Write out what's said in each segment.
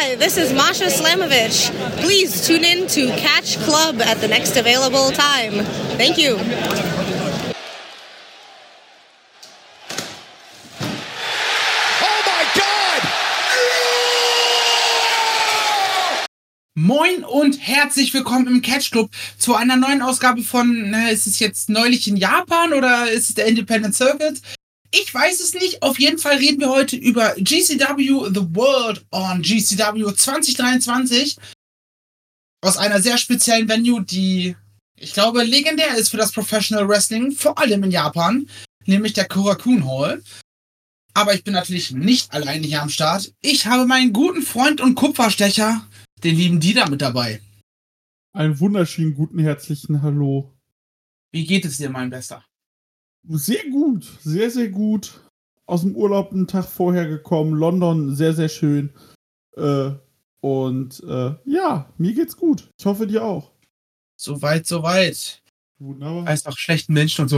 Hi, this is Masha Slamovich. Please tune in to Catch Club at the next available time. Thank you. Moin und herzlich willkommen im Catch Club zu einer neuen Ausgabe von, ist es jetzt neulich in Japan oder ist es der Independent Circuit? Ich weiß es nicht. Auf jeden Fall reden wir heute über GCW The World on GCW 2023 aus einer sehr speziellen Venue, die, ich glaube, legendär ist für das Professional Wrestling, vor allem in Japan, nämlich der Korakuen Hall. Aber ich bin natürlich nicht alleine hier am Start. Ich habe meinen guten Freund und Kupferstecher, den lieben Dieter, mit dabei. Einen wunderschönen, guten, herzlichen Hallo. Wie geht es dir, mein Bester? Sehr gut, sehr, sehr gut. Aus dem Urlaub einen Tag vorher gekommen. London, sehr, sehr schön. Ja, mir geht's gut. Ich hoffe, dir auch. Soweit, soweit. Wunderbar. Als auch schlechten Menschen und so.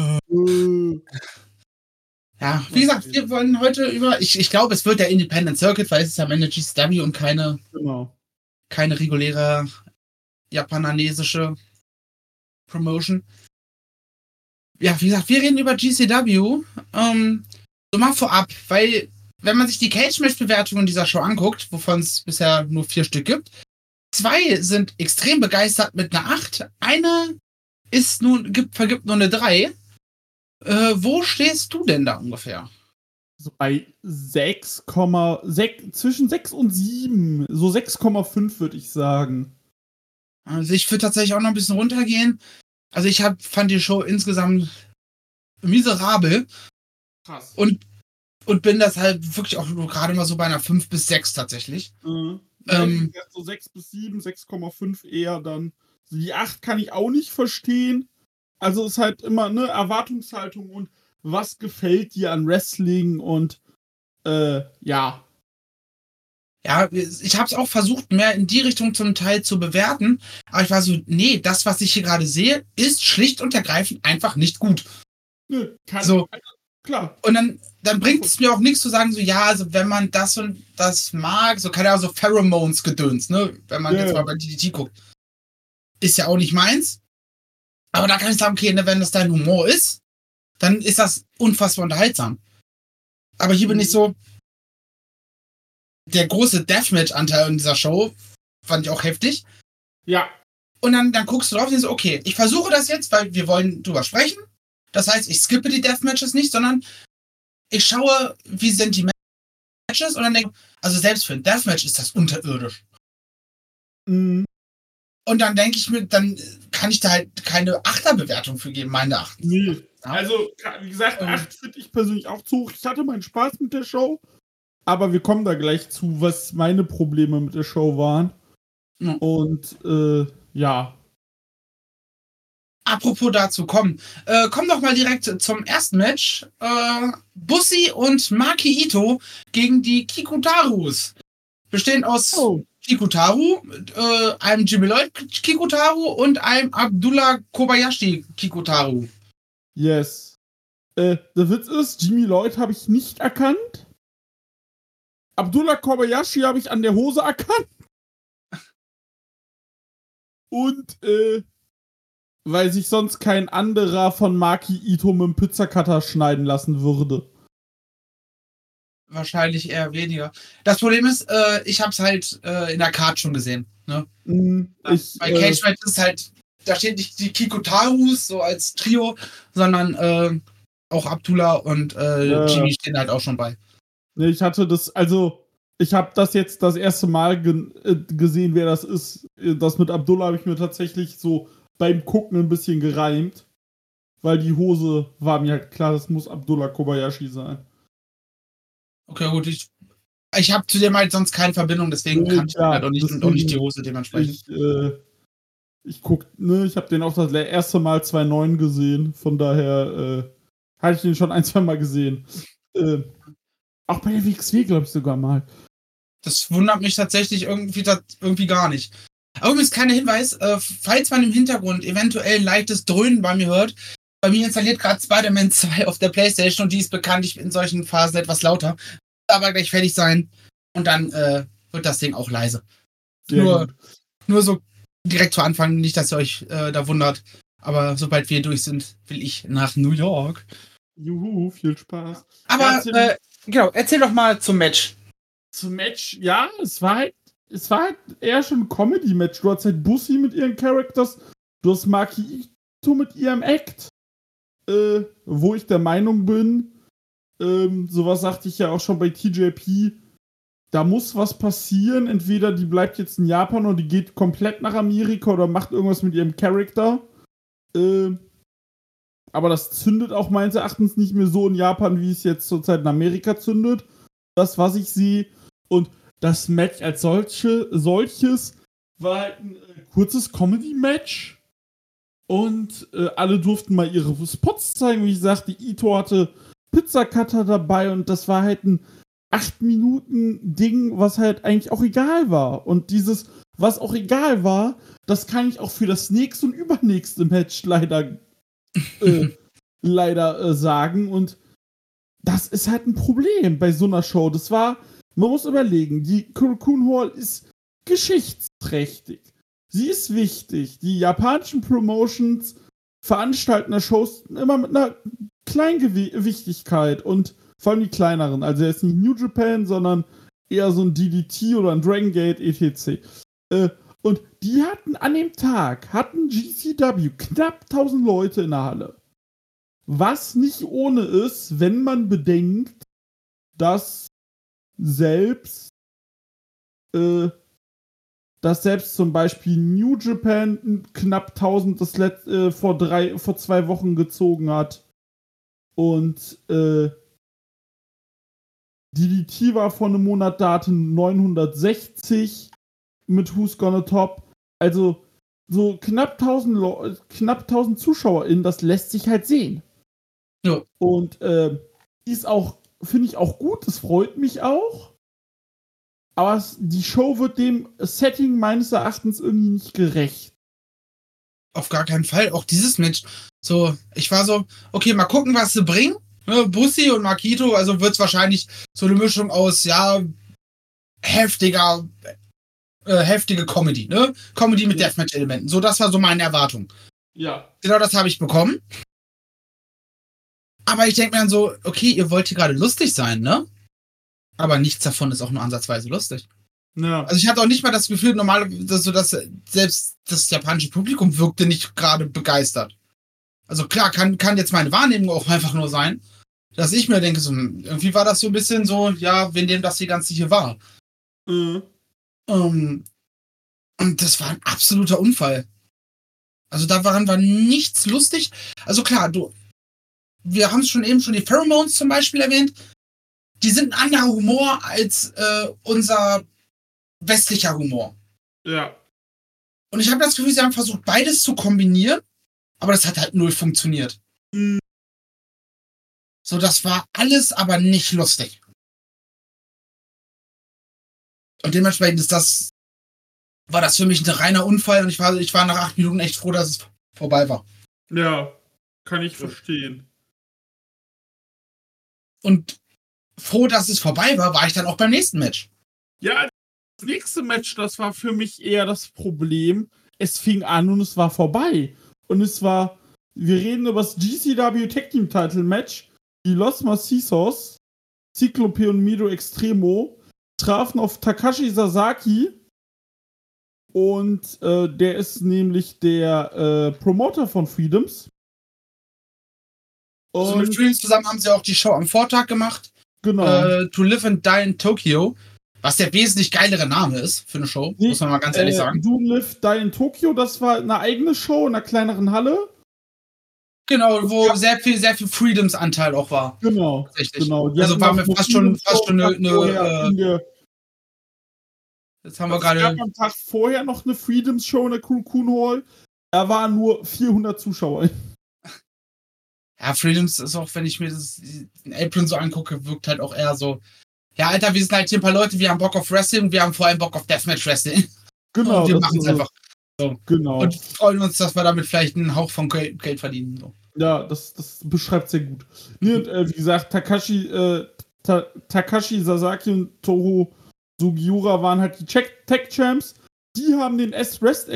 Ja, wie gesagt, wir wollen heute über, ich glaube, es wird der Independent Circuit, weil es ist am Ende GCW und keine reguläre japanesische Promotion. Ja, wie gesagt, wir reden über GCW. So mal vorab, weil, wenn man sich die Cage-Match-Bewertungen dieser Show anguckt, wovon es bisher nur 4 Stück gibt, 2 sind extrem begeistert mit einer 8, eine vergibt nur eine 3. Wo stehst du denn da ungefähr? So bei 6,6, zwischen 6 und 7, so 6,5 würde ich sagen. Also ich würde tatsächlich auch noch ein bisschen runtergehen. Also ich fand die Show insgesamt miserabel. Krass. Und bin das halt wirklich auch gerade mal so bei einer 5 bis 6 tatsächlich. So 6 bis 7, 6,5 eher dann. Die 8 kann ich auch nicht verstehen. Also es ist halt immer eine Erwartungshaltung und was gefällt dir an Wrestling und ja. Ja, ich habe es auch versucht, mehr in die Richtung zum Teil zu bewerten, aber ich war so, nee, das, was ich hier gerade sehe, ist schlicht und ergreifend einfach nicht gut. Nö, klar. Und dann bringt es mir auch nichts zu sagen, so, ja, also wenn man das und das mag, so kann ja auch so Pheromones-Gedöns, ne, wenn man jetzt mal bei DDT guckt. Ist ja auch nicht meins. Aber da kann ich sagen, okay, ne, wenn das dein Humor ist, dann ist das unfassbar unterhaltsam. Aber hier bin ich so, der große Deathmatch-Anteil in dieser Show fand ich auch heftig. Ja. Und dann guckst du drauf und denkst so, okay, ich versuche das jetzt, weil wir wollen drüber sprechen. Das heißt, ich skippe die Deathmatches nicht, sondern ich schaue, wie sind die Matches und dann denke ich, also selbst für ein Deathmatch ist das unterirdisch. Mhm. Und dann denke ich mir, dann kann ich da halt keine Achterbewertung für geben, meine Erachtens. Nee. Also, wie gesagt, 8 finde ich persönlich auch zu hoch. Ich hatte meinen Spaß mit der Show. Aber wir kommen da gleich zu, was meine Probleme mit der Show waren. Ja. Und, ja. Apropos dazu, komm doch mal direkt zum ersten Match. Bushi und Maki Ito gegen die Kikutarus. Bestehen aus Kikutaru, einem Jimmy Lloyd Kikutaru und einem Abdullah Kobayashi Kikutaru. Yes. Der Witz ist, Jimmy Lloyd habe ich nicht erkannt. Abdullah Kobayashi habe ich an der Hose erkannt. Und, weil sich sonst kein anderer von Maki Ito mit dem Pizzacutter schneiden lassen würde. Wahrscheinlich eher weniger. Das Problem ist, ich habe es halt in der Card schon gesehen. Ne? Bei Cage Match ist halt, da steht nicht die Kikotarus so als Trio, sondern auch Abdullah und Jimmy stehen halt auch schon bei. Ne, ich habe das jetzt das erste Mal gesehen, wer das ist. Das mit Abdullah habe ich mir tatsächlich so beim Gucken ein bisschen gereimt. Weil die Hose war mir halt klar, das muss Abdullah Kobayashi sein. Okay, gut. Ich habe zu dem halt sonst keine Verbindung, deswegen kann ich halt auch nicht die Hose dementsprechend. Ich habe den auch das erste Mal 2009 gesehen. Von daher hatte ich den schon 1-2 Mal gesehen. Auch bei der WXW, glaube ich, sogar mal. Das wundert mich tatsächlich irgendwie gar nicht. Aber übrigens kleiner Hinweis, falls man im Hintergrund eventuell leichtes Dröhnen bei mir hört, bei mir installiert gerade Spider-Man 2 auf der Playstation und die ist bekanntlich in solchen Phasen etwas lauter. Aber gleich fertig sein und dann wird das Ding auch leise. Sehr gut. Nur so direkt zu Anfang, nicht, dass ihr euch da wundert. Aber sobald wir durch sind, will ich nach New York. Juhu, viel Spaß. Aber erzähl doch mal zum Match. Zum Match, ja, es war halt eher schon ein Comedy-Match. Du hast halt Bussi mit ihren Characters, du hast Maki Ito mit ihrem Act, wo ich der Meinung bin, sowas sagte ich ja auch schon bei TJP, da muss was passieren. Entweder die bleibt jetzt in Japan und die geht komplett nach Amerika oder macht irgendwas mit ihrem Charakter. Aber das zündet auch meines Erachtens nicht mehr so in Japan, wie es jetzt zurzeit in Amerika zündet. Das, was ich sehe. Und das Match als solches war halt ein kurzes Comedy-Match. Und alle durften mal ihre Spots zeigen. Wie ich sagte, Ito hatte Pizzacutter dabei und das war halt ein 8-Minuten-Ding, was halt eigentlich auch egal war. Und dieses, was auch egal war, das kann ich auch für das nächste und übernächste Match leider sagen. Und das ist halt ein Problem bei so einer Show. Man muss überlegen, die Korakuen Hall ist geschichtsträchtig. Sie ist wichtig. Die japanischen Promotions veranstalten da Shows immer mit einer kleinen Wichtigkeit und vor allem die kleineren. Also jetzt nicht New Japan, sondern eher so ein DDT oder ein Dragon Gate etc. Und die hatten an dem Tag, GCW knapp 1000 Leute in der Halle. Was nicht ohne ist, wenn man bedenkt, dass selbst zum Beispiel New Japan knapp 1000 vor 2 Wochen gezogen hat. Und DDT war vor einem Monat Daten 960 mit Who's Gonna Top. Also so knapp 1000 ZuschauerInnen, das lässt sich halt sehen. Ja. Und ist auch, finde ich auch gut, das freut mich auch. Aber die Show wird dem Setting meines Erachtens irgendwie nicht gerecht. Auf gar keinen Fall. Auch dieses Match. So, ich war so, okay, mal gucken, was sie bringen. Ne, Bussi und Makito, also wird es wahrscheinlich so eine Mischung aus, ja, heftige Comedy, ne? Comedy mit Deathmatch-Elementen. So, das war so meine Erwartung. Ja. Genau das habe ich bekommen. Aber ich denke mir dann so, okay, ihr wollt hier gerade lustig sein, ne? Aber nichts davon ist auch nur ansatzweise lustig. Ja. Also ich hatte auch nicht mal das Gefühl, dass selbst das japanische Publikum wirkte nicht gerade begeistert. Also klar, kann jetzt meine Wahrnehmung auch einfach nur sein, dass ich mir denke, so, irgendwie war das so ein bisschen so, ja, wenn dem das die ganze hier war. Mhm. Und das war ein absoluter Unfall. Also da war nichts lustig. Also klar, wir haben es schon die Pheromones zum Beispiel erwähnt. Die sind ein anderer Humor als unser westlicher Humor. Ja. Und ich habe das Gefühl, sie haben versucht, beides zu kombinieren, aber das hat halt null funktioniert. Mhm. So, das war alles aber nicht lustig. Und dementsprechend war das für mich ein reiner Unfall und ich war nach 8 Minuten echt froh, dass es vorbei war. Ja, kann ich verstehen. Und froh, dass es vorbei war ich dann auch beim nächsten Match. Ja, das nächste Match, das war für mich eher das Problem. Es fing an und es war vorbei. Und wir reden über das GCW Tag Team Title Match. Die Los Macizos, Cyclope und Mido Extremo, trafen auf Takashi Sasaki. Und der ist nämlich der Promoter von Freedoms. Und also mit Freedoms zusammen haben sie auch die Show am Vortag gemacht. Genau. To Live and Die in Tokyo. Was der wesentlich geilere Name ist für eine Show, muss man mal ganz ehrlich sagen. To Live, Die in Tokyo, das war eine eigene Show in einer kleineren Halle. Genau, wo sehr viel Freedoms-Anteil auch war. Genau. Also war mir fast schon eine jetzt haben wir gerade. Es gab am Tag vorher noch eine Freedoms-Show in der Korakuen Hall. Da waren nur 400 Zuschauer. Ja, Freedoms ist auch, wenn ich mir den Apron so angucke, wirkt halt auch eher so, ja, Alter, wir sind halt hier ein paar Leute, wir haben Bock auf Wrestling, wir haben vor allem Bock auf Deathmatch-Wrestling. Genau. Und wir machen es einfach. So. Genau. Und freuen uns, dass wir damit vielleicht einen Hauch von Geld verdienen. So. Ja, das beschreibt sehr gut. Nee, und wie gesagt, Takashi Sasaki und Toru Sugiura waren halt die Tech Champs. Die haben den East West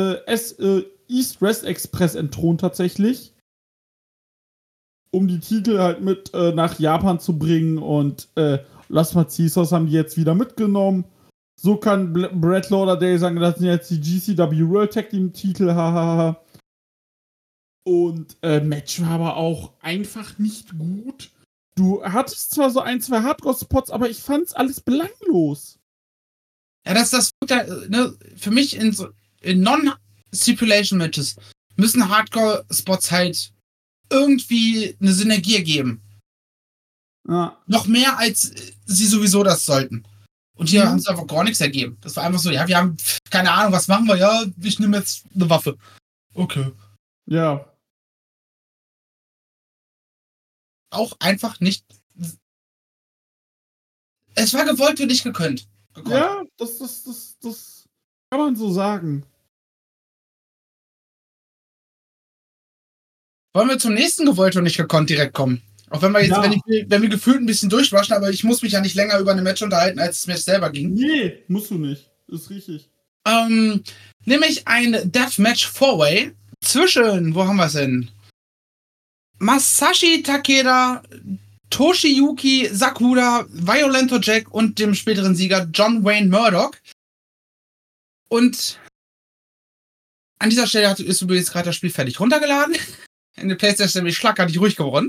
Express entthront tatsächlich. Um die Titel halt mit nach Japan zu bringen. Und Las Macizos haben die jetzt wieder mitgenommen. So kann Brad Lauderdale sagen, das sind jetzt die GCW World Tag Team Titel, hahaha. Und Match war aber auch einfach nicht gut. Du hattest zwar so ein, zwei Hardcore-Spots, aber ich fand's alles belanglos. Ja, ne, für mich in Non-Stipulation-Matches müssen Hardcore-Spots halt irgendwie eine Synergie geben. Ja. Noch mehr, als sie sowieso das sollten. Und hier haben sie einfach gar nichts ergeben. Das war einfach so, ja, wir haben keine Ahnung, was machen wir? Ja, ich nehme jetzt eine Waffe. Okay. Ja. Auch einfach nicht. Es war gewollt und nicht gekonnt. Ja, das kann man so sagen. Wollen wir zum nächsten gewollt und nicht gekonnt direkt kommen? Auch wenn wir jetzt, wenn wir gefühlt ein bisschen durchwaschen, aber ich muss mich ja nicht länger über eine Match unterhalten, als es mir selber ging. Nee, musst du nicht. Ist richtig. Nämlich ein Deathmatch 4-Way zwischen, wo haben wir es denn? Masashi Takeda, Toshiyuki Sakura, Violento Jack und dem späteren Sieger John Wayne Murdoch. Und an dieser Stelle ist übrigens gerade das Spiel fertig runtergeladen. In der PlayStation bin ich schlagartig ruhig geworden.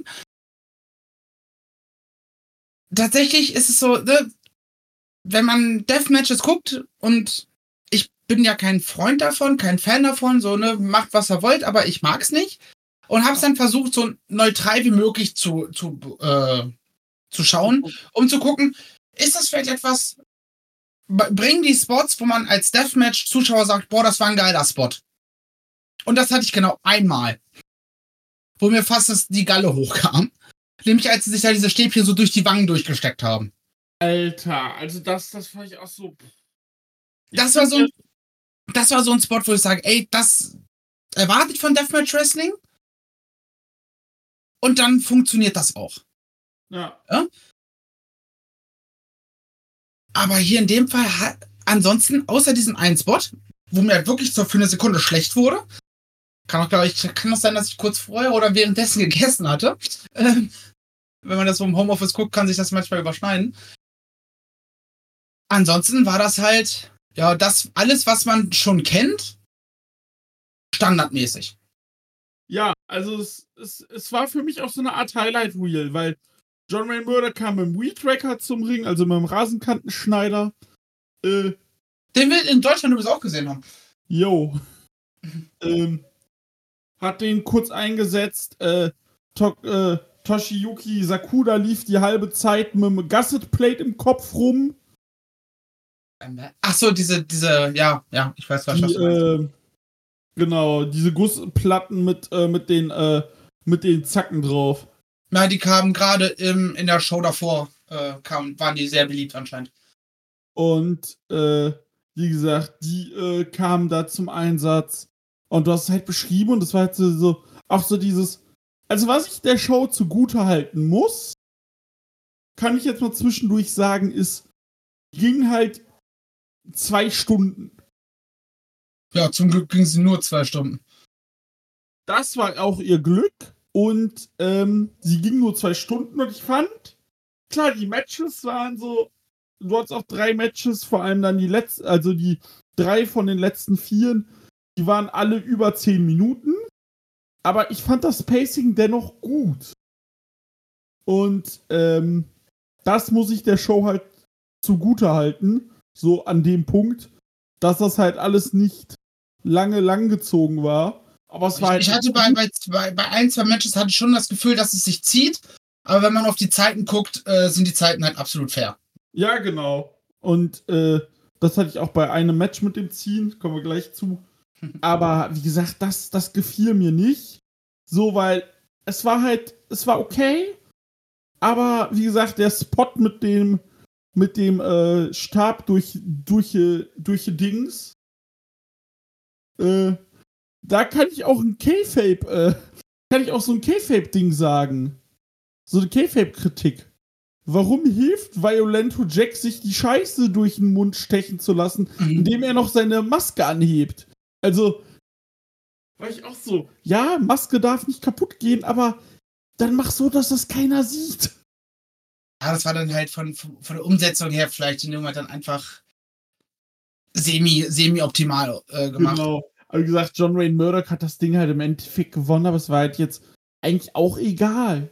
Tatsächlich ist es so, ne, wenn man Deathmatches guckt, und ich bin ja kein Freund davon, kein Fan davon, so, ne, macht was ihr wollt, aber ich mag's nicht. Und hab's dann versucht, so neutral wie möglich zu schauen, um zu gucken, ist das vielleicht etwas, bringen die Spots, wo man als Deathmatch-Zuschauer sagt, boah, das war ein geiler Spot. Und das hatte ich genau einmal, wo mir fast die Galle hochkam. Nämlich, als sie sich da diese Stäbchen so durch die Wangen durchgesteckt haben. Alter, also das fand ich auch so. Das war so ein Spot, wo ich sage, ey, das erwarte ich von Deathmatch Wrestling. Und dann funktioniert das auch. Ja. Aber hier in dem Fall, ansonsten, außer diesem einen Spot, wo mir halt wirklich so für eine Sekunde schlecht wurde, kann auch sein, dass ich kurz vorher oder währenddessen gegessen hatte. Wenn man das so im Homeoffice guckt, kann sich das manchmal überschneiden. Ansonsten war das halt, ja, das alles, was man schon kennt, standardmäßig. Ja, also es war für mich auch so eine Art Highlight Reel, weil John Wayne Murdoch kam mit dem Weed-Tracker zum Ring, also mit dem Rasenkantenschneider. Den wir in Deutschland übrigens auch gesehen haben. Jo. Hat den kurz eingesetzt. Toshiyuki Sakura lief die halbe Zeit mit einem Gusset Plate im Kopf rum. Ach so, diese, ja, ich weiß, was du meinst. Genau, diese Gussplatten mit den Zacken drauf. Na, die kamen gerade in der Show davor, waren die sehr beliebt anscheinend. Und, wie gesagt, die kamen da zum Einsatz. Und du hast es halt beschrieben und das war halt so, auch so dieses, also was ich der Show zugute halten muss, kann ich jetzt mal zwischendurch sagen, ist, ging halt 2 Stunden. Ja, zum Glück ging sie nur 2 Stunden. Das war auch ihr Glück und sie ging nur 2 Stunden und ich fand, klar, die Matches waren so, du hattest auch 3 Matches, vor allem dann die letzten, also die 3 von den letzten 4, die waren alle über 10 Minuten, aber ich fand das Pacing dennoch gut. Und das muss ich der Show halt zugute halten, so an dem Punkt, dass das halt alles nicht lang gezogen war. Aber es war halt. Ich hatte bei 1, 2 Matches hatte ich schon das Gefühl, dass es sich zieht, aber wenn man auf die Zeiten guckt, sind die Zeiten halt absolut fair. Ja, genau. Und das hatte ich auch bei einem Match mit dem Ziehen, kommen wir gleich zu. Aber wie gesagt, das gefiel mir nicht. So, weil es war okay. Aber wie gesagt, der Spot mit dem Stab durch Dings, da kann ich auch ein Kayfabe, so ein Kayfabe-Ding sagen. So eine Kayfabe-Kritik. warum hilft Violento Jack, sich die Scheiße durch den Mund stechen zu lassen, indem er noch seine Maske anhebt? Also, war ich auch so, ja, Maske darf nicht kaputt gehen, aber dann mach so, dass das keiner sieht. Ja, das war dann halt von der Umsetzung her vielleicht in dem Moment dann einfach semi-optimal gemacht. Genau. Aber wie gesagt, John Wayne Murdoch hat das Ding halt im Endeffekt gewonnen, aber es war halt jetzt eigentlich auch egal.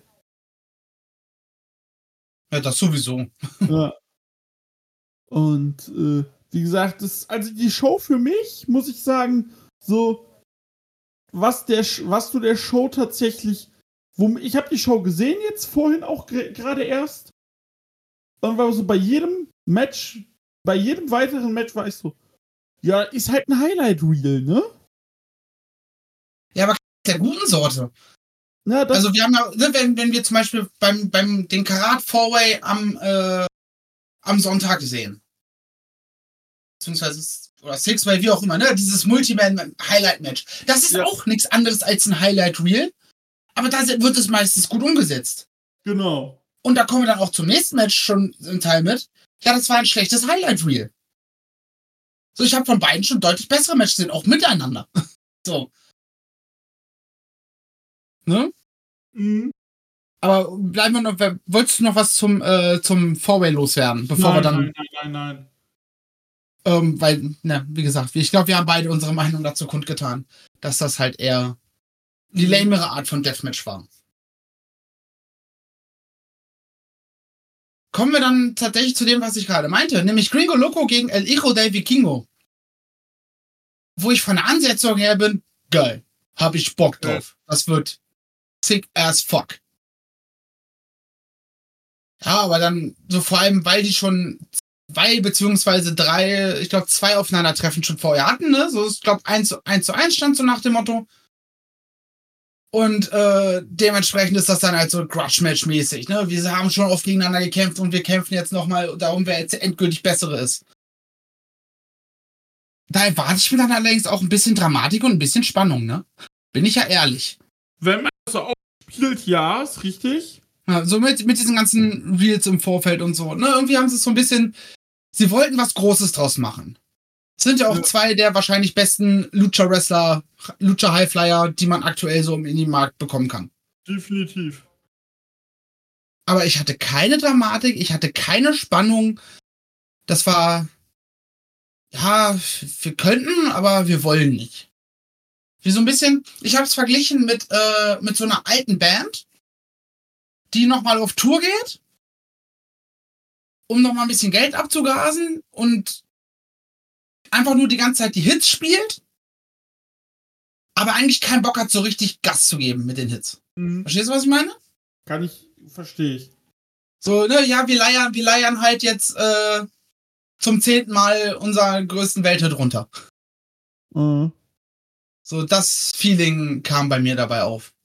Ja, das sowieso. Ja. Und wie gesagt, also die Show für mich, muss ich sagen, so was du der Show tatsächlich, ich habe die Show gesehen jetzt vorhin auch gerade erst und war so bei jedem weiteren Match war ich so, ja, ist halt ein Highlight-Reel, ne? Ja, aber der guten Sorte. Ja, also wir haben ja, ne, wenn wir zum Beispiel beim den Karat 4-Way am Sonntag sehen, beziehungsweise oder 6-Way, wie auch immer, ne, dieses Multiman-Highlight-Match, das ist auch nichts anderes als ein Highlight-Reel, aber da wird es meistens gut umgesetzt. Genau. Und da kommen wir dann auch zum nächsten Match schon im Teil mit. Ja, das war ein schlechtes Highlight-Reel. So, ich habe von beiden schon deutlich bessere Matches gesehen, auch miteinander. So. Ne? Mhm. Aber bleiben wir noch, wolltest du noch was zum 4-Way loswerden, bevor wir dann. Nein. Weil, wie gesagt, ich glaube, wir haben beide unsere Meinung dazu kundgetan, dass das halt eher die lamere Art von Deathmatch war. Kommen wir dann tatsächlich zu dem, was ich gerade meinte, nämlich Gringo Loco gegen El Hijo del Vikingo. Wo ich von der Ansetzung her bin, geil, hab ich Bock drauf. Das wird sick as fuck. Ja, aber dann so vor allem, weil die schon beziehungsweise zwei Aufeinandertreffen schon vorher hatten, ne? So, ich glaube, 1:1 stand so nach dem Motto. Und dementsprechend ist das dann halt so Grudge-Match-mäßig, ne? Wir haben schon oft gegeneinander gekämpft und wir kämpfen jetzt nochmal darum, wer jetzt endgültig Bessere ist. Da erwarte ich mir dann allerdings auch ein bisschen Dramatik und ein bisschen Spannung, ne? Bin ich ja ehrlich. Wenn man das so aufspielt, ja, ist richtig. Ja, so mit diesen ganzen Reels im Vorfeld und so, ne? Irgendwie haben sie es so ein bisschen, sie wollten was Großes draus machen. Es sind ja auch zwei der wahrscheinlich besten Lucha-Wrestler, Lucha-Highflyer, die man aktuell so im Indie-Markt bekommen kann. Definitiv. Aber ich hatte keine Dramatik, ich hatte keine Spannung. Das war, ja, wir könnten, aber wir wollen nicht. Wie so ein bisschen, ich habe es verglichen mit so einer alten Band, die nochmal auf Tour geht, um nochmal ein bisschen Geld abzugasen und einfach nur die ganze Zeit die Hits spielt, aber eigentlich keinen Bock hat, so richtig Gas zu geben mit den Hits. Verstehst du, was ich meine? Verstehe ich. So, ne, ja, wir leiern halt jetzt zum 10. Mal unseren größten Welthit runter. Mhm. So, das Feeling kam bei mir dabei auf.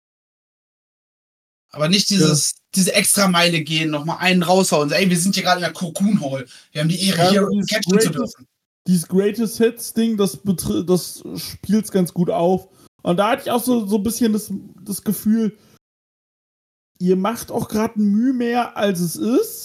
Aber nicht diese extra Meile gehen, nochmal einen raushauen. So, ey, wir sind hier gerade in der Cocoon Hall. Wir haben die Ehre, hier catchen zu dürfen. Dieses Greatest Hits Ding, das spielt's ganz gut auf. Und da hatte ich auch so ein bisschen das Gefühl, ihr macht auch gerade Mühe mehr, als es ist.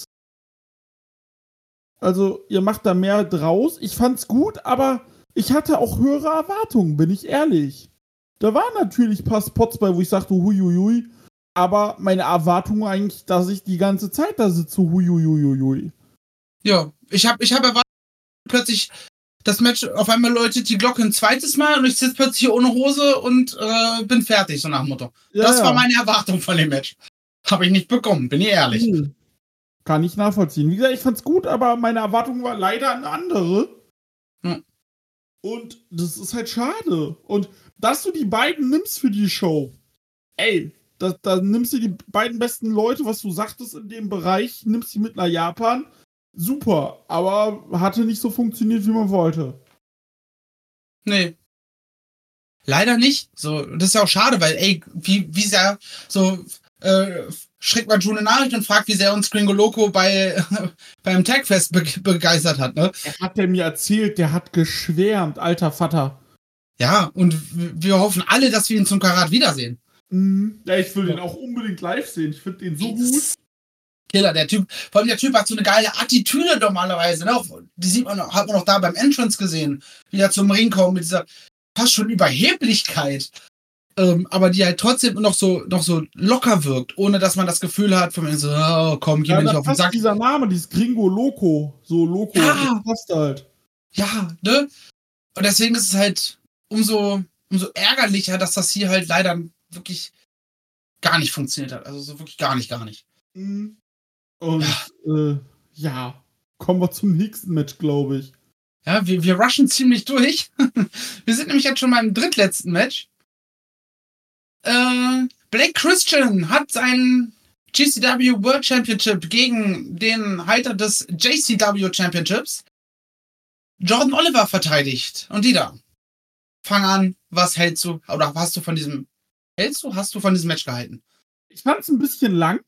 Also, ihr macht da mehr draus. Ich fand's gut, aber ich hatte auch höhere Erwartungen, bin ich ehrlich. Da waren natürlich ein paar Spots bei, wo ich sagte, huiuiui. Aber meine Erwartung war eigentlich, dass ich die ganze Zeit da sitze, huiuiuiui. Ja, ich hab erwartet, plötzlich das Match, auf einmal läutet die Glocke ein zweites Mal und ich sitze plötzlich hier ohne Hose und bin fertig, so nach dem Motto. Ja, das war meine Erwartung von dem Match. Habe ich nicht bekommen, bin ich ehrlich. Kann ich nachvollziehen. Wie gesagt, ich fand's gut, aber meine Erwartung war leider eine andere. Hm. Und das ist halt schade. Und dass du die beiden nimmst für die Show, ey, da nimmst du die beiden besten Leute, was du sagtest in dem Bereich, nimmst die mit nach Japan. Super, aber hatte nicht so funktioniert, wie man wollte. Nee. Leider nicht. So, das ist ja auch schade, weil, ey, wie sehr so schickt man schon eine Nachricht und fragt, wie sehr uns Gringo Loco beim Tagfest begeistert hat, ne? Er hat mir erzählt, der hat geschwärmt, alter Vater. Ja, und wir hoffen alle, dass wir ihn zum Karat wiedersehen. Ja, ich will den auch unbedingt live sehen. Ich finde den so gut. Killer, der Typ. Vor allem der Typ hat so eine geile Attitüde normalerweise. Ne? Hat man auch da beim Entrance gesehen, wie er zum Ring kommt mit dieser fast schon Überheblichkeit. Aber die halt trotzdem noch so locker wirkt, ohne dass man das Gefühl hat, von mir so, oh, komm, geh mir nicht auf den Sack. Dieser Name, dieses Gringo Loco, so Loco, ja. Das passt halt. Ja, ne? Und deswegen ist es halt umso ärgerlicher, dass das hier halt leider wirklich gar nicht funktioniert hat. Also so wirklich gar nicht. Und ja, kommen wir zum nächsten Match, glaube ich. Ja, wir rushen ziemlich durch. Wir sind nämlich jetzt schon beim drittletzten Match. Blake Christian hat seinen GCW World Championship gegen den Halter des JCW Championships, Jordan Oliver, verteidigt. Und Dieter, fang an, was hältst du, oder hast du von diesem Match gehalten? Ich fand's ein bisschen lang,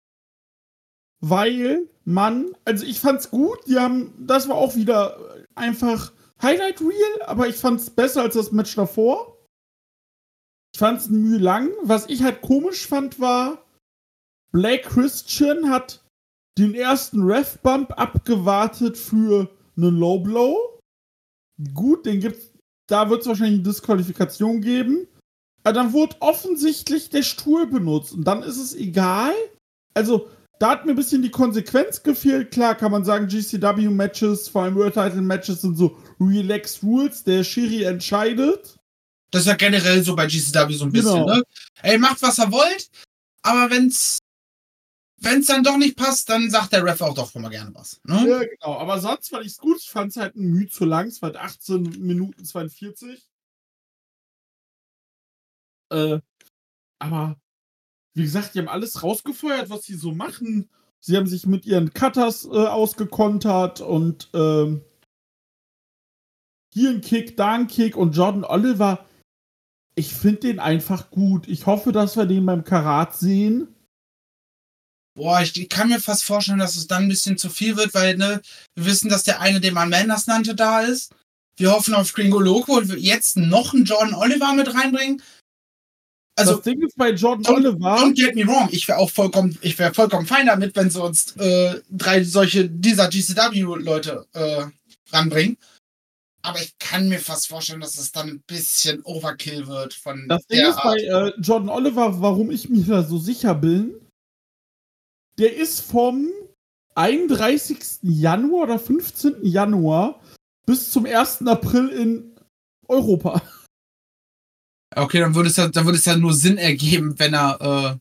weil also ich fand's gut, das war auch wieder einfach Highlight Reel, aber ich fand's besser als das Match davor. Ich fand's Mühe lang. Was ich halt komisch fand, war, Blake Christian hat den ersten Ref-Bump abgewartet für einen Low Blow. Gut, da wird es wahrscheinlich eine Disqualifikation geben. Aber dann wurde offensichtlich der Stuhl benutzt. Und dann ist es egal. Also, da hat mir ein bisschen die Konsequenz gefehlt. Klar kann man sagen, GCW-Matches, vor allem World-Title-Matches sind so relaxed Rules. Der Schiri entscheidet. Das ist ja generell so bei GCW so ein bisschen, ne? Ey, macht, was ihr wollt, aber wenn's dann doch nicht passt, dann sagt der Ref auch doch mal gerne was. Ne? Ja, genau. Aber sonst fand ich's gut. Ich fand's halt ein Mühe zu lang. Es war 18 Minuten 42. Aber, wie gesagt, die haben alles rausgefeuert, was sie so machen. Sie haben sich mit ihren Cutters ausgekontert und hier ein Kick, da ein Kick und Jordan Oliver. Ich finde den einfach gut. Ich hoffe, dass wir den beim Karat sehen. Boah, ich kann mir fast vorstellen, dass es dann ein bisschen zu viel wird, weil, ne, wir wissen, dass der eine, den man Manders nannte, da ist. Wir hoffen auf Gringo Loco und jetzt noch einen Jordan Oliver mit reinbringen. Also, das Ding ist bei Jordan Oliver. Don't get me wrong, ich wäre vollkommen fein damit, wenn sie uns 3 dieser GCW-Leute ranbringen. Aber ich kann mir fast vorstellen, dass es dann ein bisschen Overkill wird von das Ding ist bei Jordan Oliver, warum ich mir da so sicher bin. Der ist vom 31. Januar oder 15. Januar bis zum 1. April in Europa. Okay, dann würde es ja nur Sinn ergeben, wenn er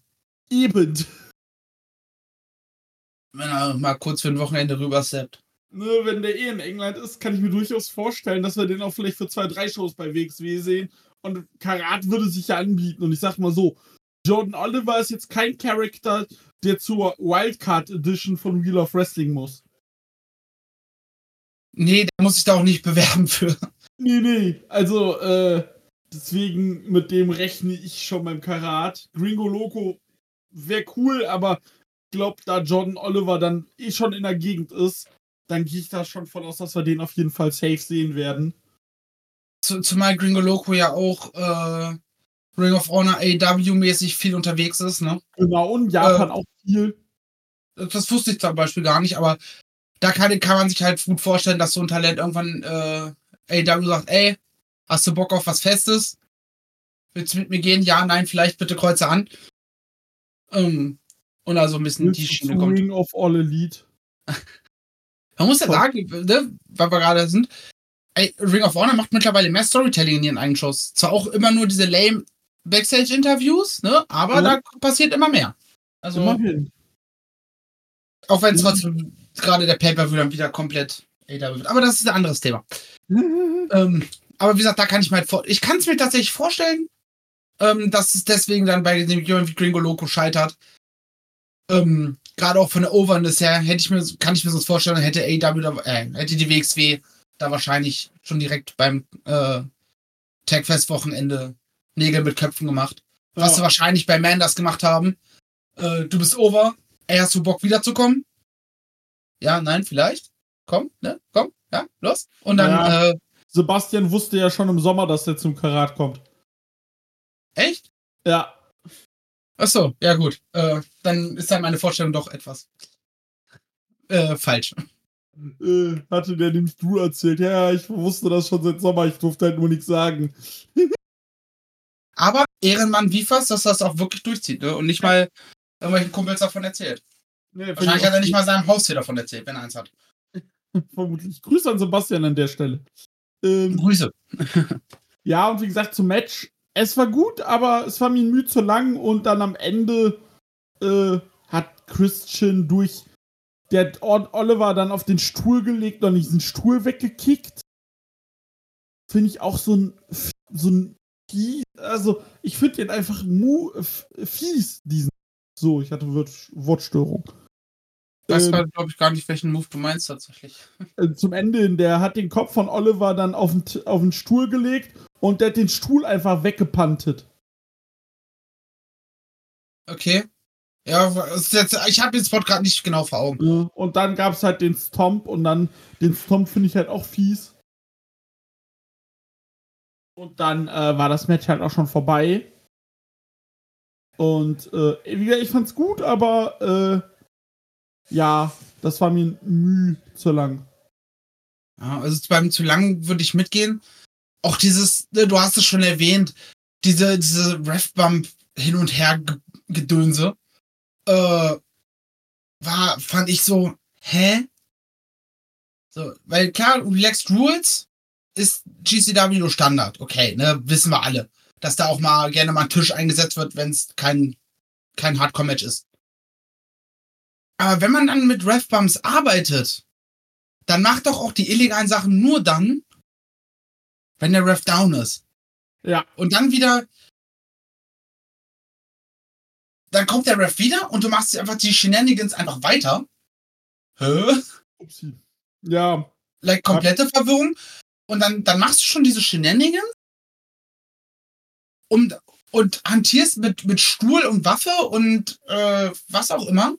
mal kurz für ein Wochenende rübersteppt. Ne, wenn der in England ist, kann ich mir durchaus vorstellen, dass wir den auch vielleicht für 2-3 Shows bei WXW sehen. Und Karat würde sich ja anbieten. Und ich sag mal so, Jordan Oliver ist jetzt kein Charakter, der zur Wildcard Edition von Wheel of Wrestling muss. Nee, der muss sich da auch nicht bewerben für. Nee. Also, deswegen, mit dem rechne ich schon beim Karat. Gringo Loco wäre cool, aber ich glaube, da Jordan Oliver dann schon in der Gegend ist, dann gehe ich da schon von aus, dass wir den auf jeden Fall safe sehen werden. Zumal Gringo Loco ja auch Ring of Honor AEW-mäßig viel unterwegs ist, ne? Genau, und Japan auch viel. Das wusste ich zum Beispiel gar nicht, aber da kann man sich halt gut vorstellen, dass so ein Talent irgendwann AEW sagt, ey, hast du Bock auf was Festes? Willst du mit mir gehen? Ja, nein, vielleicht, bitte kreuze an. Und also ein bisschen die Schiene kommt. Ring of All Elite. Man muss ja sagen, ne, weil wir gerade sind, ey, Ring of Honor macht mittlerweile mehr Storytelling in ihren eigenen Shows. Zwar auch immer nur diese lame Backstage-Interviews, ne, aber da passiert immer mehr. Also, immerhin. Auch wenn es trotzdem gerade der Pay-Per-View dann wieder komplett AEW wird. Aber das ist ein anderes Thema. Aber wie gesagt, da kann ich mir halt ich kann es mir tatsächlich vorstellen, dass es deswegen dann bei dem jemand wie Gringo Loco scheitert. Gerade auch von der Overness her kann ich mir sonst vorstellen, hätte hätte die WXW da wahrscheinlich schon direkt beim Tagfest-Wochenende Nägel mit Köpfen gemacht. Ja. Was sie wahrscheinlich bei Manders gemacht haben. Du bist over. Ey, hast du Bock wiederzukommen? Ja, nein, vielleicht. Komm, ja, los. Und dann, Sebastian wusste ja schon im Sommer, dass der zum Karat kommt. Echt? Ja. Achso, ja gut. Dann ist dann meine Vorstellung doch etwas falsch. Hatte der nämlich Drew erzählt. Ja, ich wusste das schon seit Sommer, ich durfte halt nur nichts sagen. Aber Ehrenmann Vifas, dass das auch wirklich durchzieht, ne? Und nicht mal irgendwelchen Kumpels davon erzählt. Nee, Wahrscheinlich hat er nicht mal seinem Haustier davon erzählt, wenn er eins hat. Vermutlich. Grüße an Sebastian an der Stelle. Grüße. Ja, und wie gesagt, zum Match. Es war gut, aber es war mir müde zu lang und dann am Ende hat Christian der hat Oliver dann auf den Stuhl gelegt und diesen Stuhl weggekickt. Finde ich auch so ein also ich finde den einfach fies, so, ich hatte Wortstörung. Ich weiß glaube ich, gar nicht, welchen Move du meinst tatsächlich. Zum Ende hin, der hat den Kopf von Oliver dann auf den Stuhl gelegt und der hat den Stuhl einfach weggepantet. Okay. Ja, ich habe den Spot gerade nicht genau vor Augen. Ja, und dann gab es halt den Stomp und dann den Stomp finde ich halt auch fies. Und dann war das Match halt auch schon vorbei. Und wie gesagt, ich fand's gut, aber ja, das war mir zu lang. Ja, also beim zu lang würde ich mitgehen. Auch dieses, du hast es schon erwähnt, diese Ref-Bump hin und her Gedönse, fand ich so, hä? So, weil klar, Relaxed Rules ist GCW Standard, okay, ne, wissen wir alle. Dass da auch mal gerne mal ein Tisch eingesetzt wird, wenn es kein Hardcore-Match ist. Aber wenn man dann mit Ref-Bumps arbeitet, dann macht doch auch die illegalen Sachen nur dann, wenn der Ref down ist. Ja. Und dann wieder, dann kommt der Ref wieder und du machst einfach die Shenanigans einfach weiter. Hä? Upsi. Ja. Like komplette Verwirrung. Und dann machst du schon diese Shenanigans und hantierst mit Stuhl und Waffe und was auch immer.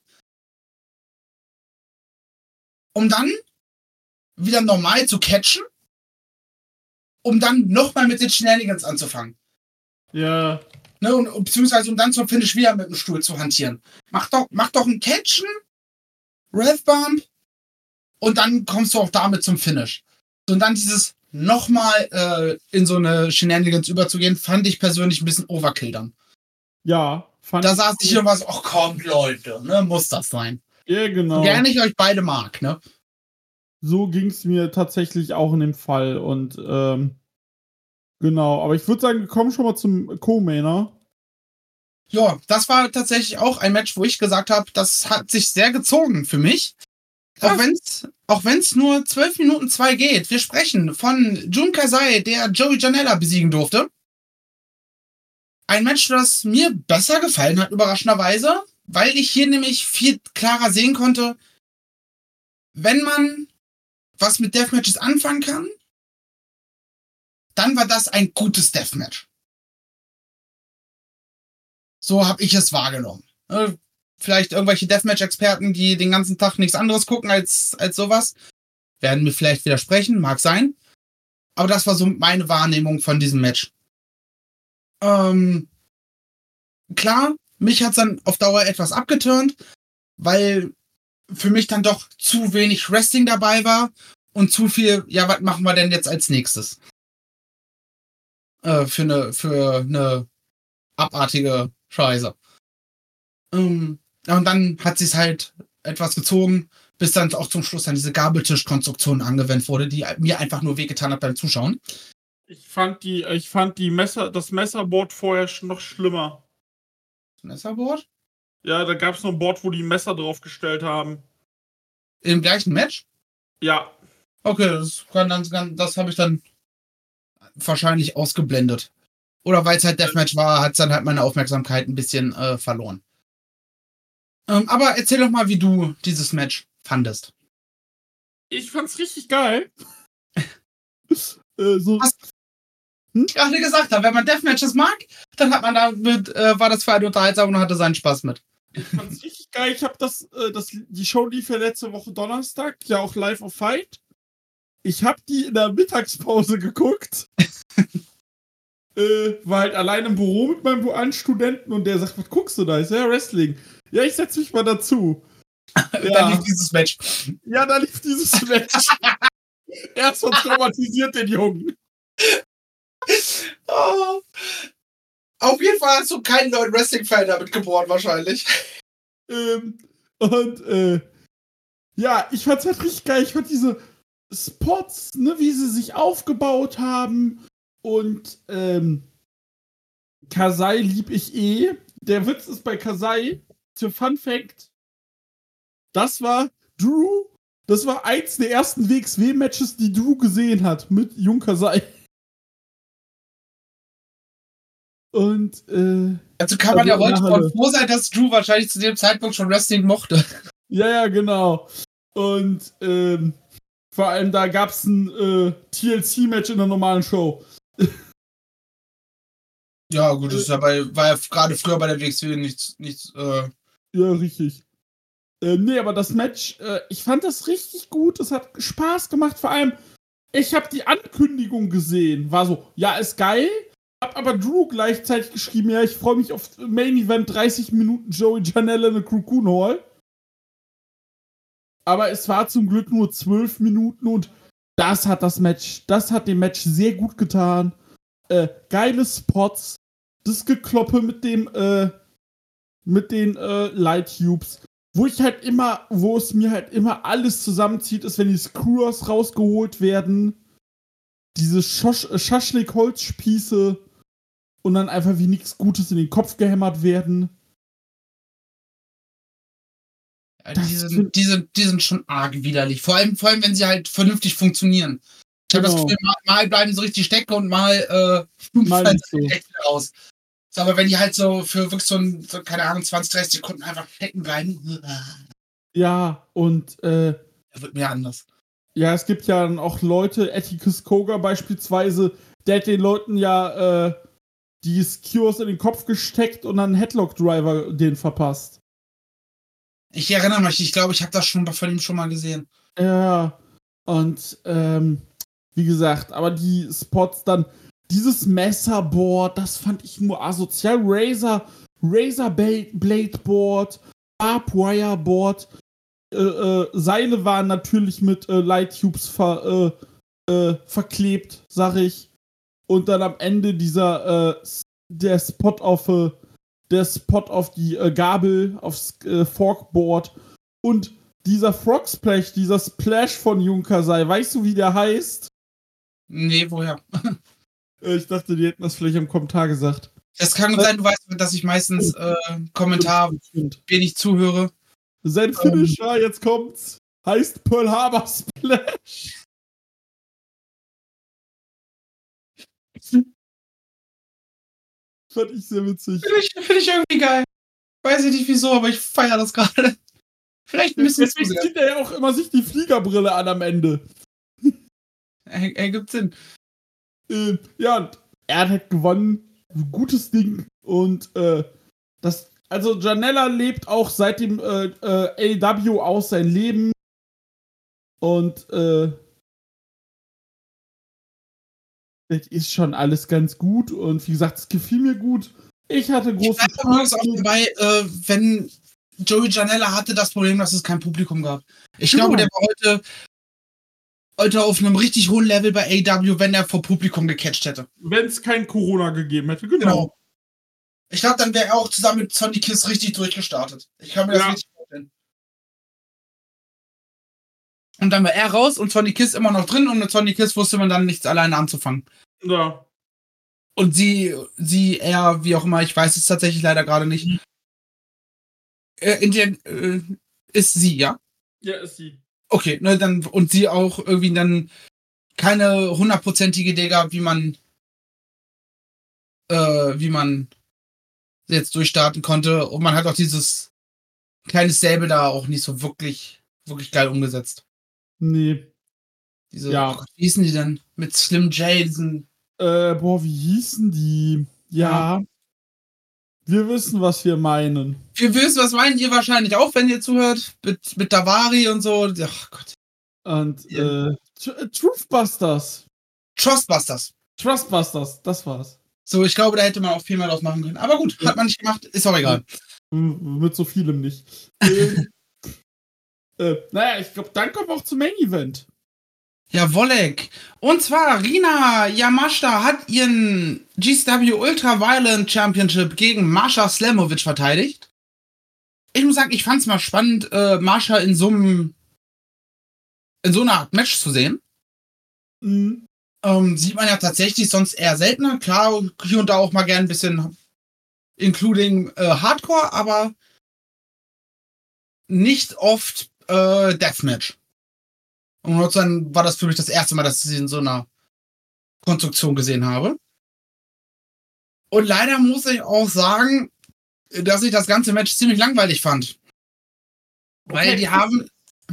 Um dann wieder normal zu catchen, um dann nochmal mit den Shenanigans anzufangen. Ja. Ne, und beziehungsweise um dann zum Finish wieder mit dem Stuhl zu hantieren. Mach doch ein Catchen, Ref-Bump und dann kommst du auch damit zum Finish. Und dann dieses nochmal in so eine Shenanigans überzugehen, fand ich persönlich ein bisschen Overkill dann. Ja. Da saß ich immer so, ach komm, Leute, ne, muss das sein. Ja, genau. So gerne ich euch beide mag, ne? So ging es mir tatsächlich auch in dem Fall und genau, aber ich würde sagen, wir kommen schon mal zum Co-Mainer. Ja, das war tatsächlich auch ein Match, wo ich gesagt habe, das hat sich sehr gezogen für mich. Auch wenn's nur 12 Minuten 2 geht. Wir sprechen von Jun Kasai, der Joey Janela besiegen durfte. Ein Match, das mir besser gefallen hat, überraschenderweise, weil ich hier nämlich viel klarer sehen konnte, wenn man was mit Deathmatches anfangen kann, dann war das ein gutes Deathmatch. So habe ich es wahrgenommen. Vielleicht irgendwelche Deathmatch-Experten, die den ganzen Tag nichts anderes gucken als sowas, werden mir vielleicht widersprechen, mag sein. Aber das war so meine Wahrnehmung von diesem Match. Klar, mich hat's dann auf Dauer etwas abgeturnt, weil für mich dann doch zu wenig Wrestling dabei war und zu viel, ja, was machen wir denn jetzt als nächstes? Für eine abartige Scheiße. Und dann hat sie es halt etwas gezogen, bis dann auch zum Schluss dann diese Gabeltischkonstruktion angewendet wurde, die mir einfach nur wehgetan hat beim Zuschauen. Ich fand das Messerboard vorher noch schlimmer. Das Messerboard? Ja, da gab es noch ein Board, wo die Messer draufgestellt haben. Im gleichen Match? Ja. Okay, das habe ich dann wahrscheinlich ausgeblendet. Oder weil es halt Deathmatch war, hat es dann halt meine Aufmerksamkeit ein bisschen verloren. Aber erzähl doch mal, wie du dieses Match fandest. Ich fand's richtig geil. Was ich gerade gesagt habe, wenn man Deathmatches mag, dann hat man war das für einen unterhaltsam und hatte seinen Spaß mit. Ich fand's richtig geil. Ich habe die Show lief ja letzte Woche Donnerstag, ja auch live auf Fight. Ich habe die in der Mittagspause geguckt. War halt allein im Büro mit meinem dualen Studenten und der sagt, was guckst du da? Ich sag, ja, Wrestling. Ja, ich setz mich mal dazu. Da lief dieses Match. Ja, da lief dieses Match. Erstmal traumatisiert den Jungen. Oh. Auf jeden Fall hast du keinen neuen Wrestling-Fan damit geboren, wahrscheinlich. Ja, ich fand's halt richtig geil. Ich fand diese Spots, ne, wie sie sich aufgebaut haben. Und Kasai lieb ich eh. Der Witz ist bei Kasai, für Fun Fact, das war eins der ersten WXW-Matches, die Drew gesehen hat, mit Jung Kasai. Und, also kann man ja heute voll froh sein, dass Drew wahrscheinlich zu dem Zeitpunkt schon Wrestling mochte. Ja, genau. Und, vor allem da gab's ein TLC-Match in der normalen Show. Ja, gut, das ist war ja gerade früher bei der WXW nichts. Ja, richtig. Nee, aber das Match, ich fand das richtig gut. Es hat Spaß gemacht. Vor allem, ich habe die Ankündigung gesehen. War so, ja, ist geil. Hab aber Drew gleichzeitig geschrieben, ja, ich freue mich auf Main Event 30 Minuten Joey Janela in der Cocoon Hall. Aber es war zum Glück nur 12 Minuten und das hat dem Match sehr gut getan. Geile Spots. Das Gekloppe mit den Light Tubes. Wo es mir halt immer alles zusammenzieht, ist, wenn die Screwers rausgeholt werden. Diese Schaschlik-Holzspieße und dann einfach wie nichts Gutes in den Kopf gehämmert werden. Ja, die sind schon arg widerlich. Vor allem, wenn sie halt vernünftig funktionieren. Ich habe das Gefühl, mal bleiben sie so richtig stecken und mal fallen sie echt wieder raus. So, aber wenn die halt so für wirklich so keine Ahnung, 20, 30 Sekunden einfach stecken bleiben. Ja, und da wird mir anders. Ja, es gibt ja dann auch Leute, Atticus Koga beispielsweise, der hat den Leuten ja die Skewers in den Kopf gesteckt und dann Headlock-Driver den verpasst. Ich erinnere mich, ich glaube, ich habe das schon von ihm schon mal gesehen. Ja, und wie gesagt, aber die Spots dann, dieses Messerboard, das fand ich nur asozial. Razor Blade Board, Barbed Wire Board, Seile waren natürlich mit Light Tubes verklebt, sag ich. Und dann am Ende der Spot auf die Gabel, aufs Forkboard. Und dieser Frog Splash, dieser Splash von Jung Kasai, weißt du, wie der heißt? Nee, woher? Ich dachte, die hätten das vielleicht im Kommentar gesagt. Das kann sein, du weißt, dass ich meistens Kommentar wenig zuhöre. Sein Finisher, jetzt kommt's, heißt Pearl Harbor Splash. Fand ich sehr witzig. Finde ich irgendwie geil. Weiß ich nicht wieso, aber ich feiere das gerade. Vielleicht ein bisschen zu sehr. Deswegen zieht er ja auch immer sich die Fliegerbrille an am Ende. Ergibt Sinn. Ja, und er hat halt gewonnen. Gutes Ding. Und also Janela lebt auch seit dem AEW aus sein Leben. Und das ist schon alles ganz gut. Und wie gesagt, es gefiel mir gut. Ich hatte große Spaß. Auch dabei, wenn Joey Janela hatte das Problem, dass es kein Publikum gab. Ich glaube, der war heute auf einem richtig hohen Level bei AEW, wenn er vor Publikum gecatcht hätte. Wenn es kein Corona gegeben hätte, genau. Ich glaube, dann wäre er auch zusammen mit Sonny Kiss richtig durchgestartet. Ich kann mir das richtig vorstellen. Und dann war er raus und Sonny Kiss immer noch drin und mit Sonny Kiss wusste man dann nichts alleine anzufangen. Ja. Und sie, er, wie auch immer, ich weiß es tatsächlich leider gerade nicht. Ist sie, ja? Ja, ist sie. Okay, ne, dann, und sie auch irgendwie dann keine 100%ige Idee gehabt, wie man jetzt durchstarten konnte. Und man hat auch dieses kleine Stable da auch nicht so wirklich geil umgesetzt. Nee. Oh Gott, wie hießen die denn? Mit Slim J, diesen. Wie hießen die? Ja. Wir wissen, was wir meinen. Wir wissen, was meint ihr wahrscheinlich auch, wenn ihr zuhört. Mit Davari und so. Ach Gott. Und, Truthbusters. Trustbusters, das war's. So, ich glaube, da hätte man auch viel mehr draus machen können. Aber gut, hat man nicht gemacht, ist auch egal. Mit so vielem nicht. Naja, ich glaube, dann kommen wir auch zum Main Event. Ja, Wolleck. Und zwar, Rina Yamashita hat ihren GCW Ultra Violent Championship gegen Marsha Slamovic verteidigt. Ich muss sagen, ich fand's mal spannend, Marsha in so einer Art Match zu sehen. Mhm. Sieht man ja tatsächlich sonst eher seltener. Klar, hier und da auch mal gern ein bisschen including Hardcore, aber nicht oft Deathmatch. Und dann war das für mich das erste Mal, dass ich sie in so einer Konstruktion gesehen habe. Und leider muss ich auch sagen, dass ich das ganze Match ziemlich langweilig fand. Okay. Weil die haben...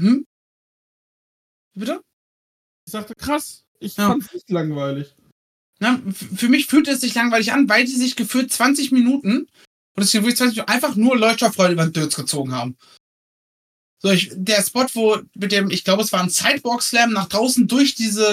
Bitte? Ich sagte, krass. Ich fand's nicht langweilig. Na, für mich fühlte es sich langweilig an, weil die sich gefühlt 20 Minuten einfach nur Leuchtstoffröhren über den Dötz gezogen haben. So, der Spot, mit dem, ich glaube, es war ein Sidewalk-Slam nach draußen durch diese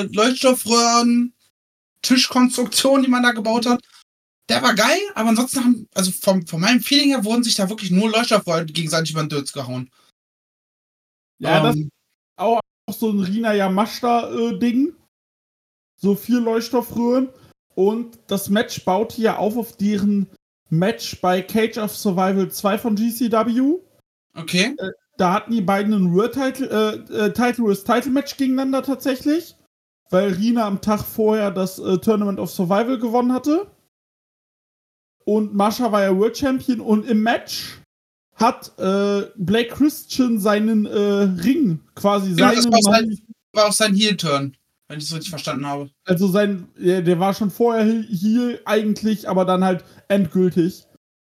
Leuchtstoffröhren-Tischkonstruktion, die man da gebaut hat, der war geil, aber ansonsten von meinem Feeling her wurden sich da wirklich nur Leuchtstoffröhren gegenseitig über den Dötz gehauen. Ja, das ist auch so ein Rina Yamashita-Ding. So 4 Leuchtstoffröhren. Und das Match baute ja auf deren Match bei Cage of Survival 2 von GCW. Okay. Da hatten die beiden ein World Title Match gegeneinander tatsächlich, weil Rina am Tag vorher das Tournament of Survival gewonnen hatte. Und Marsha war ja World Champion und im Match hat Blake Christian seinen Ring quasi Das war auch sein Heel-Turn, wenn ich es richtig verstanden habe. Also der war schon vorher Heel eigentlich, aber dann halt endgültig.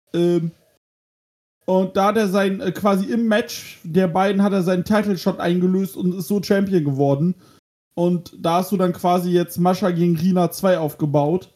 Und da hat er quasi im Match der beiden hat er seinen Title Shot eingelöst und ist so Champion geworden. Und da hast du dann quasi jetzt Mascha gegen Rina 2 aufgebaut.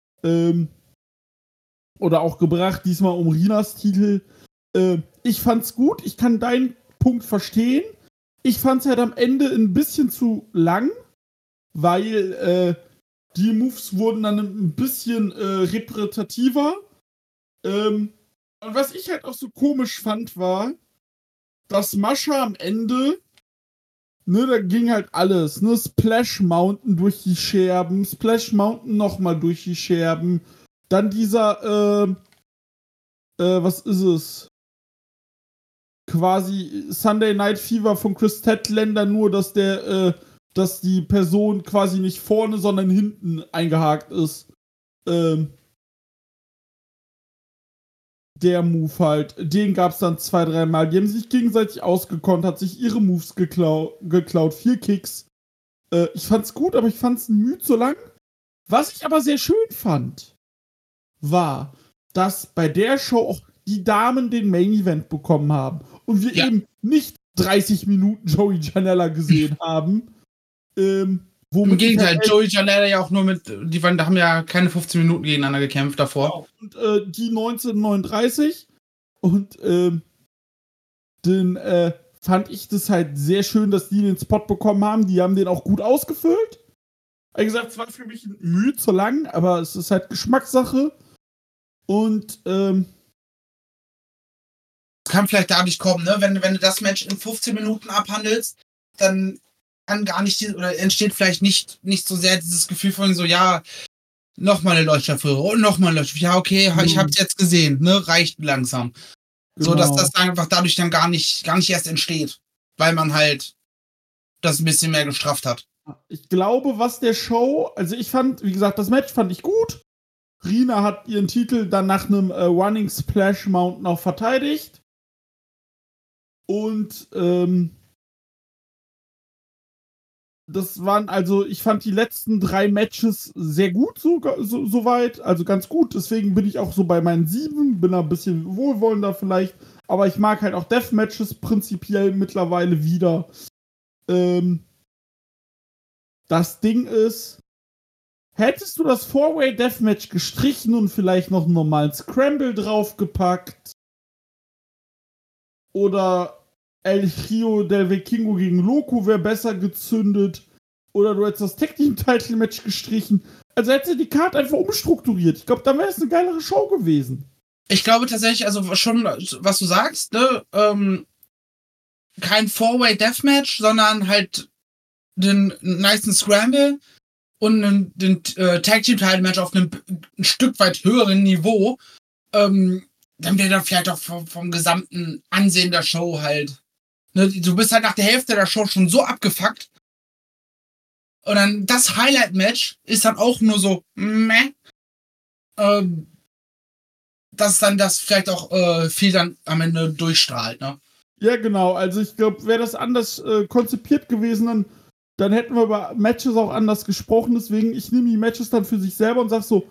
Oder auch gebracht, diesmal um Rinas Titel. Ich fand's gut, ich kann deinen Punkt verstehen. Ich fand's halt am Ende ein bisschen zu lang, weil die Moves wurden dann ein bisschen repräsentativer. Und was ich halt auch so komisch fand, war, dass Mascha am Ende, ne, da ging halt alles, ne, Splash Mountain durch die Scherben, Splash Mountain nochmal durch die Scherben, dann dieser, was ist es? Quasi Sunday Night Fever von Chris Statlander, nur dass dass die Person quasi nicht vorne, sondern hinten eingehakt ist. Der Move halt, den gab's dann 2-3 Mal. Die haben sich gegenseitig ausgekontert, sich ihre Moves geklaut, 4 Kicks. Ich fand's gut, aber ich fand's ein Mühe zu lang. Was ich aber sehr schön fand, war, dass bei der Show auch die Damen den Main Event bekommen haben. Und wir eben nicht 30 Minuten Joey Janela gesehen haben. Im Gegenteil, Joey Janela ja auch nur da haben ja keine 15 Minuten gegeneinander gekämpft davor. Und die 1939. Und dann fand ich das halt sehr schön, dass die den Spot bekommen haben. Die haben den auch gut ausgefüllt. Wie gesagt, es war für mich ein Mühe zu lang, aber es ist halt Geschmackssache. Und kann vielleicht dadurch kommen, ne? Wenn du das Match in 15 Minuten abhandelst, dann kann gar nicht, oder entsteht vielleicht nicht so sehr dieses Gefühl von so, ja, nochmal eine Leuchtstoffröhre und nochmal eine Leuchtstoffröhre. Ja, okay, ich hab's jetzt gesehen, ne? Reicht langsam. Genau. So, dass das einfach dadurch dann gar nicht erst entsteht, weil man halt das ein bisschen mehr gestrafft hat. Ich glaube, was der Show, also ich fand, wie gesagt, das Match fand ich gut. Rina hat ihren Titel dann nach einem Running Splash Mountain auch verteidigt. Und das waren also, ich fand die letzten 3 Matches sehr gut, soweit, also ganz gut. Deswegen bin ich auch so bei meinen 7, bin ein bisschen wohlwollender vielleicht. Aber ich mag halt auch Deathmatches prinzipiell mittlerweile wieder. Das Ding ist, hättest du das 4-Way Deathmatch gestrichen und vielleicht noch einen normalen Scramble draufgepackt? Oder El Rio del Vikingo gegen Loco wäre besser gezündet. Oder du hättest das Tag-Team-Title-Match gestrichen. Also hättest du die Karte einfach umstrukturiert. Ich glaube, dann wäre es eine geilere Show gewesen. Ich glaube tatsächlich, also schon, was du sagst, ne, kein Four-Way Deathmatch, sondern halt den nicen Scramble und den Tag Team Title Match auf einem ein Stück weit höheren Niveau, dann wäre da vielleicht auch vom gesamten Ansehen der Show halt. Ne, du bist halt nach der Hälfte der Show schon so abgefuckt. Und dann das Highlight-Match ist dann auch nur so meh. Dass dann das vielleicht auch viel dann am Ende durchstrahlt, ne? Ja, genau. Also ich glaube, wäre das anders konzipiert gewesen, dann hätten wir über Matches auch anders gesprochen. Deswegen, ich nehme die Matches dann für sich selber und sag so,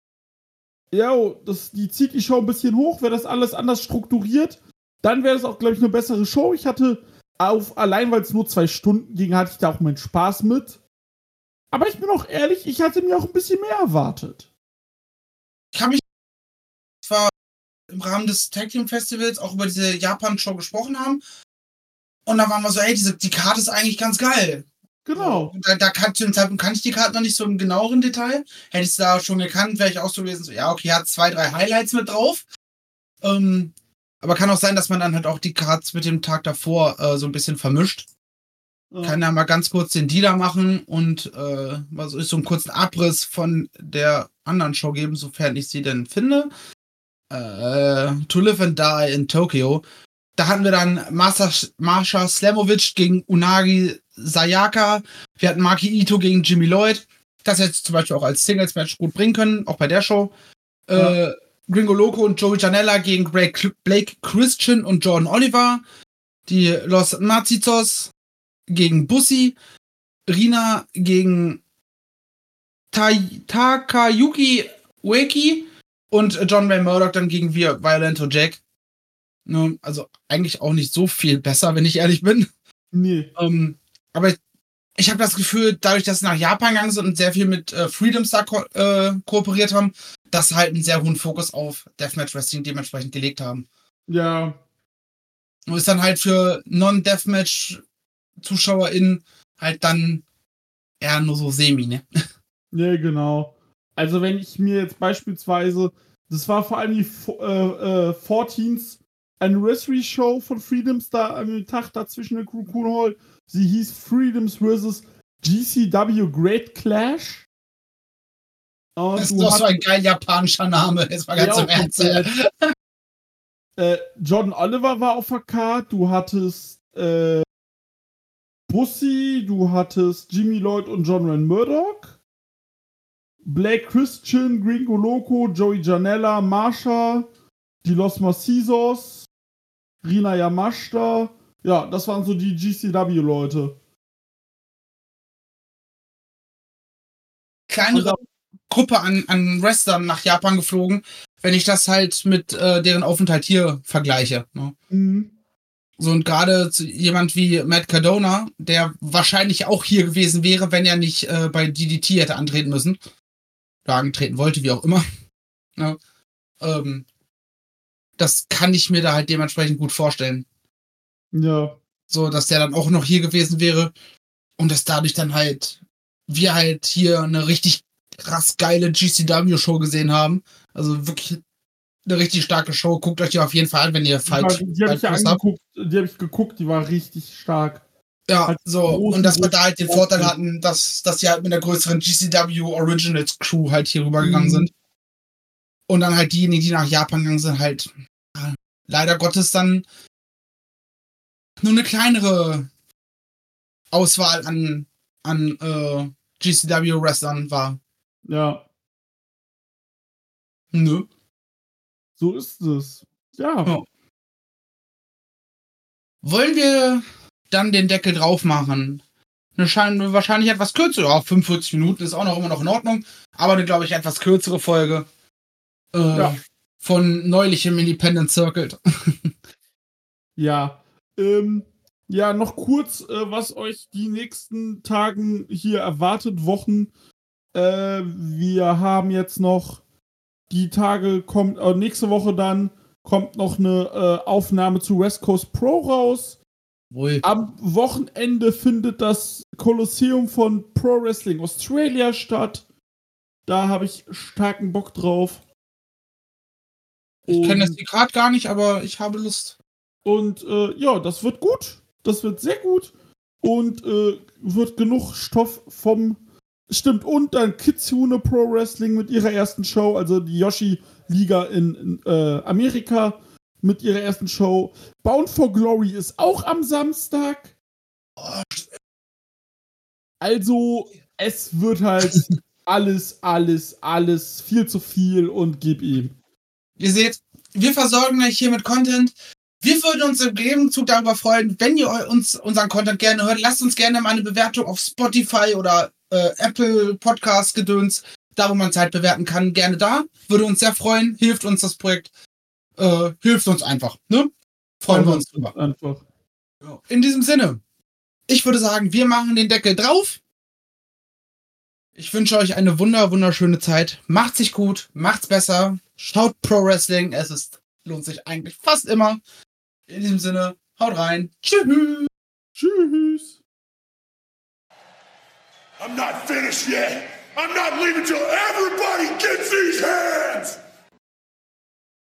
die zieht die Show ein bisschen hoch. Wäre das alles anders strukturiert, dann wäre das auch, glaube ich, eine bessere Show. Ich hatte allein weil es nur 2 Stunden ging, hatte ich da auch meinen Spaß mit. Aber ich bin auch ehrlich, ich hatte mir auch ein bisschen mehr erwartet. Ich habe mich zwar im Rahmen des Tag Team Festivals auch über diese Japan-Show gesprochen haben. Und da waren wir so, ey, die Karte ist eigentlich ganz geil. Genau. Zu dem Zeitpunkt kannte ich die Karte noch nicht so im genaueren Detail. Hätte ich es da schon gekannt, wäre ich auch so gewesen, so, ja, okay, hat 2, 3 Highlights mit drauf. Aber kann auch sein, dass man dann halt auch die Cards mit dem Tag davor so ein bisschen vermischt. Ja. Kann da mal ganz kurz den Dealer machen und so einen kurzen Abriss von der anderen Show geben, sofern ich sie denn finde. To Live and Die in Tokyo. Da hatten wir dann Masha Slamovich gegen Unagi Sayaka. Wir hatten Maki Ito gegen Jimmy Lloyd. Das hätte zum Beispiel auch als Singles-Match gut bringen können, auch bei der Show. Ja. Gringo Loco und Joey Janela gegen Blake Christian und Jordan Oliver. Die Los Mazitos gegen Bussi. Rina gegen Takayuki Ueki. Und John Ray Murdoch dann gegen Violento Jack. Ne, also eigentlich auch nicht so viel besser, wenn ich ehrlich bin. Nee. Aber ich habe das Gefühl, dadurch, dass sie nach Japan gegangen sind und sehr viel mit Freedom Star kooperiert haben, dass sie halt einen sehr hohen Fokus auf Deathmatch Wrestling dementsprechend gelegt haben. Ja. Und ist dann halt für Non-Deathmatch-ZuschauerInnen halt dann eher nur so semi, ne? Ja, genau. Also wenn ich mir jetzt beispielsweise, das war vor allem die 14th Anniversary Show von Freedom Star an dem Tag dazwischen der Crew Hall. Sie hieß Freedoms vs. GCW Great Clash. Und das ist doch so ein geil japanischer Name, jetzt mal ganz im Ernst. Jordan Oliver war auf der Card, du hattest Bussi, du hattest Jimmy Lloyd und John Ray Murdoch. Blake Christian, Gringo Loco, Joey Janela, Marsha, die Los Macizos, Rina Yamashita. Ja, das waren so die GCW-Leute. Kleinere Gruppe an Wrestlern nach Japan geflogen, wenn ich das halt mit deren Aufenthalt hier vergleiche. Ne? Mhm. So, und gerade jemand wie Matt Cardona, der wahrscheinlich auch hier gewesen wäre, wenn er nicht bei DDT hätte antreten müssen. Oder antreten wollte, wie auch immer. Ne? Das kann ich mir da halt dementsprechend gut vorstellen. Ja. So, dass der dann auch noch hier gewesen wäre und dass dadurch dann halt wir halt hier eine richtig krass geile GCW-Show gesehen haben. Also wirklich eine richtig starke Show. Guckt euch die auf jeden Fall an, wenn ihr Fight Die habe ich ja angeguckt, die habe ich geguckt, die war richtig stark. Ja, halt so, und dass wir da halt den Vorteil hatten, dass die halt mit einer größeren GCW Originals Crew halt hier rübergegangen sind. Und dann halt diejenigen, die nach Japan gegangen sind, halt leider Gottes dann nur eine kleinere Auswahl an GCW-Wrestlern war. Ja. Nö. So ist es. Ja. Wollen wir dann den Deckel drauf machen? Wahrscheinlich etwas kürzer. Ja, 45 Minuten ist auch noch immer noch in Ordnung. Aber eine, glaube ich, etwas kürzere Folge von neulichem Independent Circle. Ja. Ja, noch kurz, was euch die nächsten Tagen hier erwartet, Wochen. Wir haben jetzt noch die Tage, nächste Woche dann kommt noch eine Aufnahme zu West Coast Pro raus. Wohl. Am Wochenende findet das Kolosseum von Pro Wrestling Australia statt. Da habe ich starken Bock drauf. Ich kenne jetzt die Card gar nicht, aber ich habe Lust. Und ja, das wird gut. Das wird sehr gut und wird genug Stoff vom. Stimmt, und dann Kitsune Pro Wrestling mit ihrer ersten Show, also die Yoshi-Liga in Amerika mit ihrer ersten Show. Bound for Glory ist auch am Samstag. Also, es wird halt alles viel zu viel und gib ihm. Ihr seht, wir versorgen euch hier mit Content. Wir würden uns im Gegenzug darüber freuen, wenn ihr unseren Content gerne hört. Lasst uns gerne mal eine Bewertung auf Spotify oder Apple Podcast Gedöns, da wo man Zeit bewerten kann, gerne da. Würde uns sehr freuen, hilft uns das Projekt, hilft uns einfach, ne? Freuen wir uns drüber. Einfach. In diesem Sinne, ich würde sagen, wir machen den Deckel drauf. Ich wünsche euch eine wunderschöne Zeit. Macht sich gut, macht's besser. Schaut Pro Wrestling, lohnt sich eigentlich fast immer. In diesem Sinne, haut rein. Tschüss. Tschüss. I'm not finished yet. I'm not leaving till everybody